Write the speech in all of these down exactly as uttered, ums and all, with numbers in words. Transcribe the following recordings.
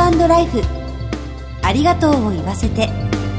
アンドライフ、ありがとうを言わせて。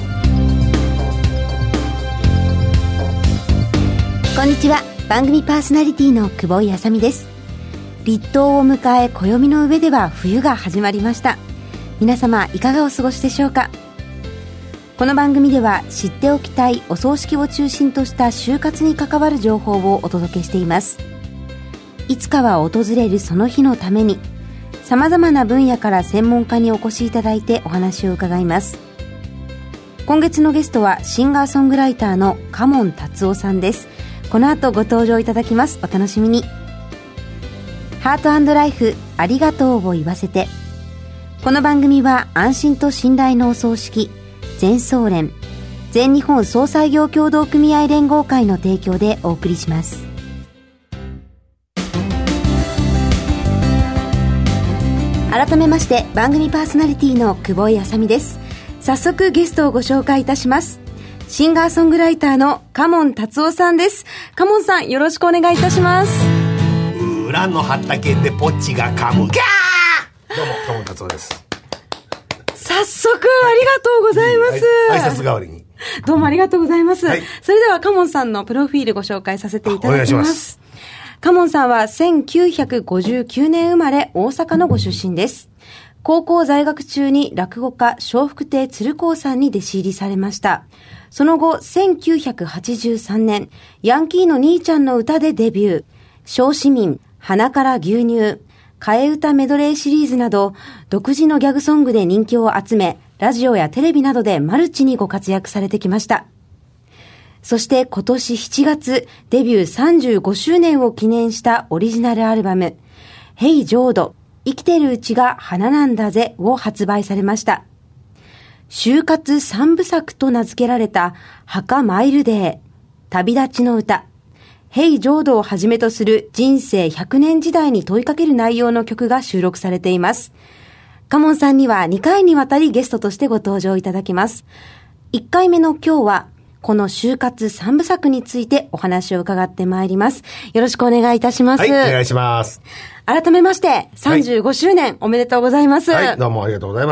こんにちは、番組パーソナリティの久保井あさみです。立冬を迎え、暦の上では冬が始まりました。皆様いかがお過ごしでしょうか。この番組では知っておきたいお葬式を中心とした就活に関わる情報をお届けしています。いつかは訪れるその日のために、さまざまな分野から専門家にお越しいただいてお話を伺います。今月のゲストはシンガーソングライターの嘉門達夫さんです。この後ご登場いただきます。お楽しみに。ハート&ライフ、ありがとうを言わせて。この番組は安心と信頼のお葬式、全総連、全日本葬祭業協同組合連合会の提供でお送りします。改めまして番組パーソナリティの久保井あさみです。早速ゲストをご紹介いたします。シンガーソングライターの嘉門達夫さんです。嘉門さん、よろしくお願いいたします。 裏の畑でポッチが噛むギャー。どうも嘉門達夫です。 早速ありがとうございます、 はい、挨拶代わりにどうもありがとうございます、はい、それでは嘉門さんのプロフィールご紹介させていただきます。お願いします。嘉門さんはせんきゅうひゃくごじゅうきゅうねん生まれ、大阪のご出身です。高校在学中に落語家笑福亭鶴光さんに弟子入りされました。その後せんきゅうひゃくはちじゅうさんねん、ヤンキーの兄ちゃんの歌でデビュー。小市民、鼻から牛乳、替え歌メドレーシリーズなど独自のギャグソングで人気を集め、ラジオやテレビなどでマルチにご活躍されてきました。そして今年しちがつ、デビューさんじゅうごしゅうねんを記念したオリジナルアルバム、ヘイ浄土、生きてるうちが花なんだぜを発売されました。就活三部作と名付けられた墓マイルデー、旅立ちの歌、ヘイ浄土をはじめとする人生ひゃくねん時代に問いかける内容の曲が収録されています。嘉門さんにはにかいにわたりゲストとしてご登場いただきます。いっかいめの今日は、この就活三部作についてお話を伺ってまいります。よろしくお願いいたします。 はい、お願いします。 改めましてさんじゅうごしゅうねん、はい、おめでとうございます。 はい、どうもありがとうございます。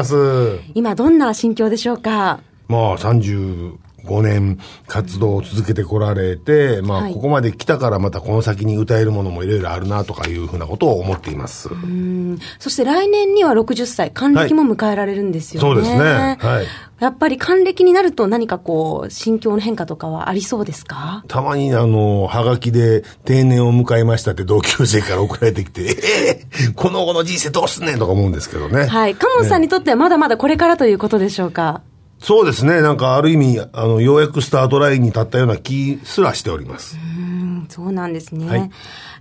今どんな心境でしょうか。 まあさんじゅうごねん活動を続けてこられて、まあここまで来たからまたこの先に歌えるものもいろいろあるなとかいうふうなことを思っています。 うーん、そして来年にはろくじゅっさい、還暦も迎えられるんですよね。はい、そうですね。はい。やっぱり還暦になると何かこう心境の変化とかはありそうですか。 たまにあのはがきで定年を迎えましたって同級生から送られてきてえー、この後の人生どうすんねんとか思うんですけどね。 はい。嘉門さんにとってはまだまだこれからということでしょうか。 そうですね。なんかある意味あのようやくスタートラインに立ったような気すらしております。 うーん、そうなんですね。はい、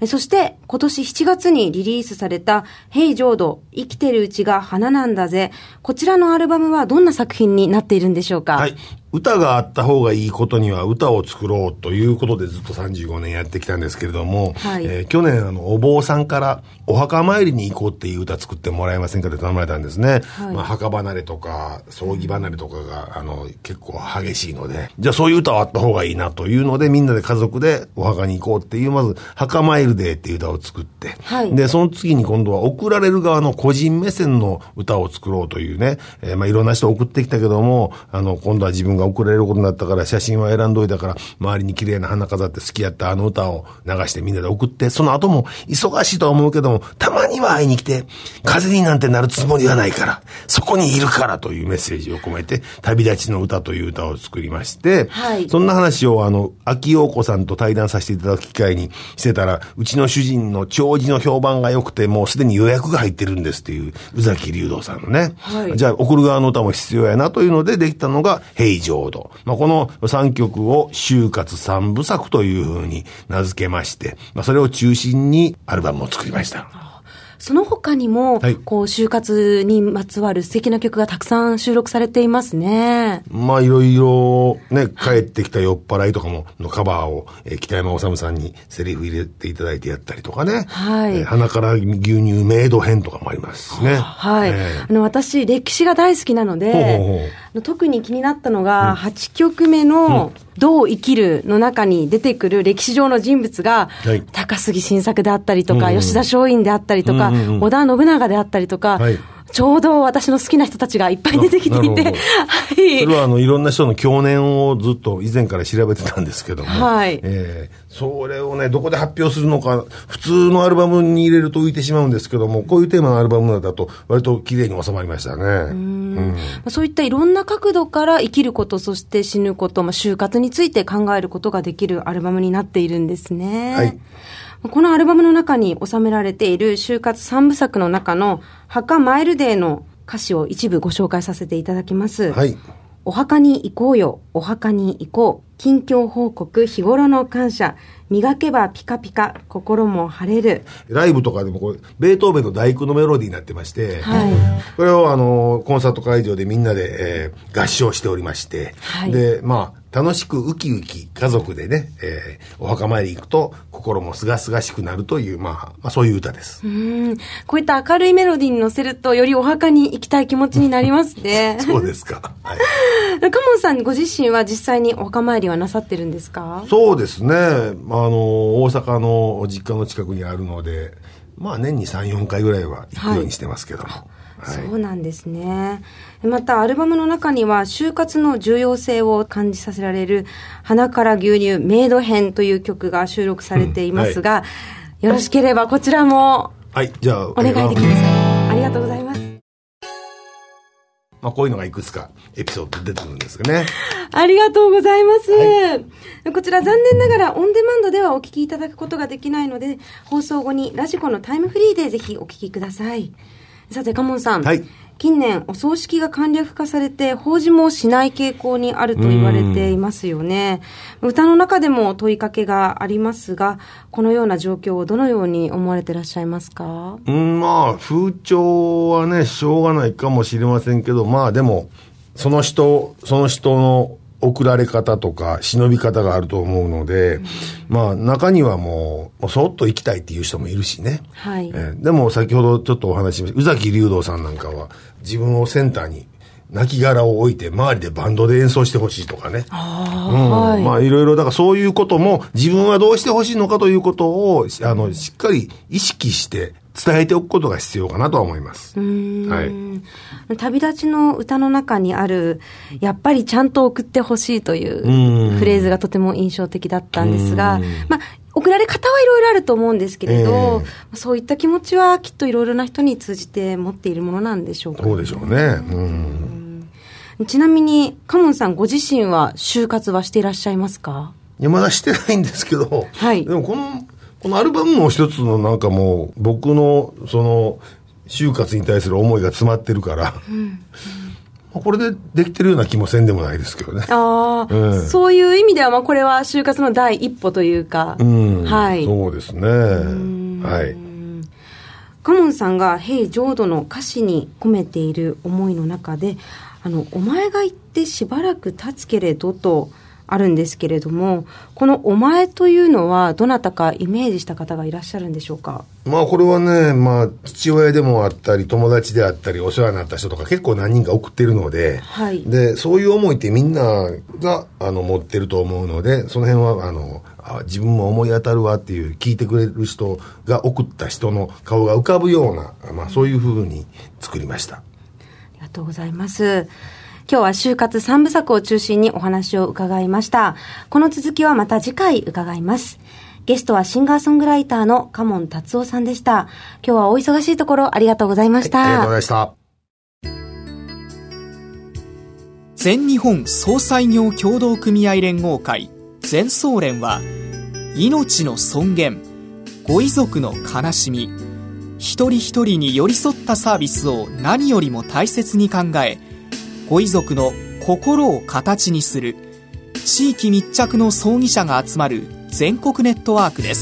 そして今年しちがつにリリースされたヘイ浄土、生きてるうちが花なんだぜ。こちらのアルバムはどんな作品になっているんでしょうか。 はい。歌があった方がいいことには歌を作ろうということでずっとさんじゅうごねんやってきたんですけれども、はい、えー、去年あのお坊さんからお墓参りに行こうっていう歌作ってもらえませんかって頼まれたんですね。はい、まあ、墓離れとか葬儀離れとかがあの結構激しいので、じゃあそういう歌はあった方がいいなというのでみんなで家族でお墓に行こうっていう、まず墓参りデーっていう歌を作って、はい、でその次に今度は送られる側の個人目線の歌を作ろうというね、えー、まあいろんな人送ってきたけども、あの今度は自分が送られることになったから写真は選んどいたから周りに綺麗な花飾って好きやったあの歌を流してみんなで送って、その後も忙しいとは思うけどもたまには会いに来て、風になんてなるつもりはないからそこにいるからというメッセージを込めて旅立ちの歌という歌を作りまして、はい、そんな話をあの秋陽子さんと対談させていただく機会にしてたら、うちの主人の弔辞の評判が良くてもうすでに予約が入ってるんですっていう宇崎竜童さんのね、はい、じゃあ送る側の歌も必要やなというのでできたのがヘイ浄土。まあ、このさんきょくを就活三部作というふうに名付けまして、まあ、それを中心にアルバムを作りました。 その他にも、はい、こう就活にまつわる素敵な曲がたくさん収録されていますね。 まあいろいろね、帰ってきた酔っ払いとかものカバーを、えー、北山治さんにセリフ入れていただいてやったりとかね、はい、えー、鼻から牛乳メイド編とかもありますしね。 はい、えー、あの私歴史が大好きなので、ほうほうほう、特に気になったのが、うん、はちきょくめの、うん、どう生きるの中に出てくる歴史上の人物が、はい、高杉晋作であったりとか、うん、吉田松陰であったりとか、うんうんうん、織田信長であったりとか、はい、 ちょうど私の好きな人たちがいっぱい出てきていて、はい、 それはあのいろんな人の去年をずっと以前から調べてたんですけども、 はい、 えー、それをねどこで発表するのか、普通のアルバムに入れると浮いてしまうんですけども、こういうテーマのアルバムだと割と綺麗に収まりましたね。うん、 うん、そういったいろんな角度から生きること、そして死ぬこと、まあ、就活について考えることができるアルバムになっているんですね。はい、このアルバムの中に収められている就活三部作の中の墓マイルデーの歌詞を一部ご紹介させていただきます。 はい。 お墓に行こうよ、お墓に行こう、近況報告、日頃の感謝、磨けばピカピカ、心も晴れる。 ライブとかでもこれベートーベンの第九のメロディーになってまして、 はい、 これをあのコンサート会場でみんなで、えー、合唱しておりまして、はい、でまあ楽しくウキウキ家族でね、えー、お墓参り行くと心もすがすがしくなるという、まあ、まあそういう歌です。 うーん、こういった明るいメロディーに乗せるとよりお墓に行きたい気持ちになりますね。 そうですか。はい、 カモンさんご自身は実際にお墓参りはなさってるんですか？ そうですね、あの大阪の実家の近くにあるので、まあ年に さん,よん 回ぐらいは行くようにしてますけども、はいはい、そうなんですね。またアルバムの中には就活の重要性を感じさせられる鼻から牛乳メイド編という曲が収録されていますが、うん、はい、よろしければこちらもはいじゃあお願いできますか？ありがとうございます。 まあ、こういうのがいくつかエピソード出てくるんですがね。 ありがとうございます、はい、こちら残念ながらオンデマンドではお聞きいただくことができないので、放送後にラジコのタイムフリーでぜひお聞きください。さてカモンさん、はい、近年お葬式が簡略化されて法事もしない傾向にあると言われていますよね。歌の中でも問いかけがありますが、このような状況をどのように思われていらっしゃいますか？ うん、まあ風潮はねしょうがないかもしれませんけど、まあでもその人その人の送られ方とか忍び方があると思うので、うん、まあ中にはもうそっと行きたいっていう人もいるしね、 はい、 えー、でも先ほどちょっとお話ししました宇崎竜童さんなんかは自分をセンターに亡骸を置いて周りでバンドで演奏してほしいとかね、 あ、 うん、 はい、 まあいろいろだからそういうことも自分はどうしてほしいのかということをあのしっかり意識して伝えておくことが必要かなとは思います。 うーん、 はい、 旅立ちの歌の中にあるやっぱりちゃんと送ってほしいというフレーズがとても印象的だったんですが、まあ送られ方はいろいろあると思うんですけれど、えー、そういった気持ちはきっといろいろな人に通じて持っているものなんでしょうか、ね、 そうでしょうね。うんうん、ちなみにカモンさんご自身は就活はしていらっしゃいますか？ いやまだしてないんですけど、 はい、 でもこのこのアルバムも一つのなんかもう僕のその就活に対する思いが詰まってるから、うんうん、これでできてるような気もせんでもないですけどね。 ああ、うん、そういう意味ではまあこれは就活の第一歩というか、 うん、 はい、 そうですね。はい。 カモンさんがヘイジョードの歌詞に込めている思いの中で、あのお前が言ってしばらく経つけれどとあるんですけれども、このお前というのはどなたかイメージした方がいらっしゃるんでしょうか？ まあこれはね、まあ父親でもあったり友達であったりお世話になった人とか結構何人か送ってるので、 はい、 でそういう思いってみんながあの持ってると思うので、その辺はあのあ自分も思い当たるわっていう聞いてくれる人が送った人の顔が浮かぶような、まあそういう風に作りました。 ありがとうございます。今日は就活三部作を中心にお話を伺いました。この続きはまた次回伺います。ゲストはシンガーソングライターのカモン達夫さんでした。今日はお忙しいところありがとうございました。 はい、ありがとうございました。 全日本総裁業協同組合連合会全総連は、命の尊厳、ご遺族の悲しみ、一人一人に寄り添ったサービスを何よりも大切に考え、ご遺族の心を形にする地域密着の葬儀社が集まる全国ネットワークです。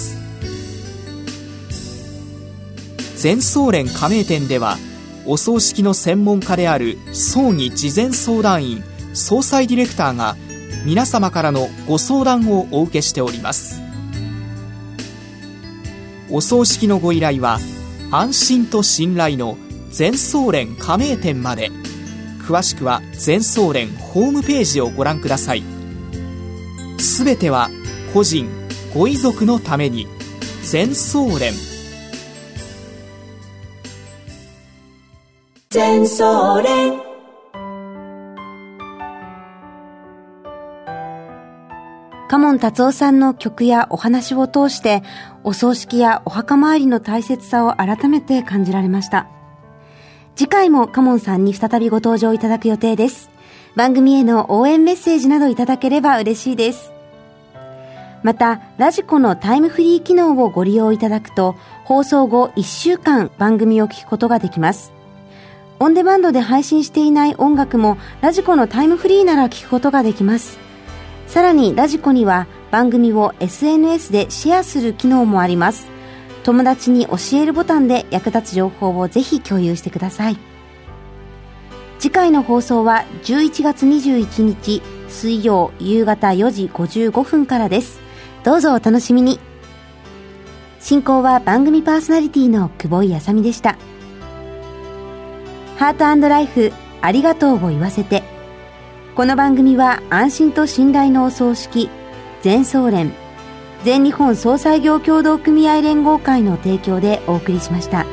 全総連加盟店では、お葬式の専門家である葬儀事前相談員、葬祭ディレクターが皆様からのご相談をお受けしております。お葬式のご依頼は安心と信頼の全総連加盟店まで。詳しくは全総連ホームページをご覧ください。すべては個人ご遺族のために。全総連。 全総連。 嘉門達夫さんの曲やお話を通してお葬式やお墓参りの大切さを改めて感じられました。次回も嘉門さんに再びご登場いただく予定です。番組への応援メッセージなどいただければ嬉しいです。またラジコのタイムフリー機能をご利用いただくと放送後いっしゅうかん番組を聞くことができます。オンデマンドで配信していない音楽もラジコのタイムフリーなら聞くことができます。さらにラジコには番組を エスエヌエス でシェアする機能もあります。友達に教えるボタンで役立つ情報をぜひ共有してください。次回の放送はじゅういちがつにじゅういちにち水曜夕方よじごじゅうごふんからです。どうぞお楽しみに。進行は番組パーソナリティの久保井あさみでした。ハート&ライフありがとうを言わせて。この番組は安心と信頼のお葬式全総連全日本葬祭業協同組合連合会の提供でお送りしました。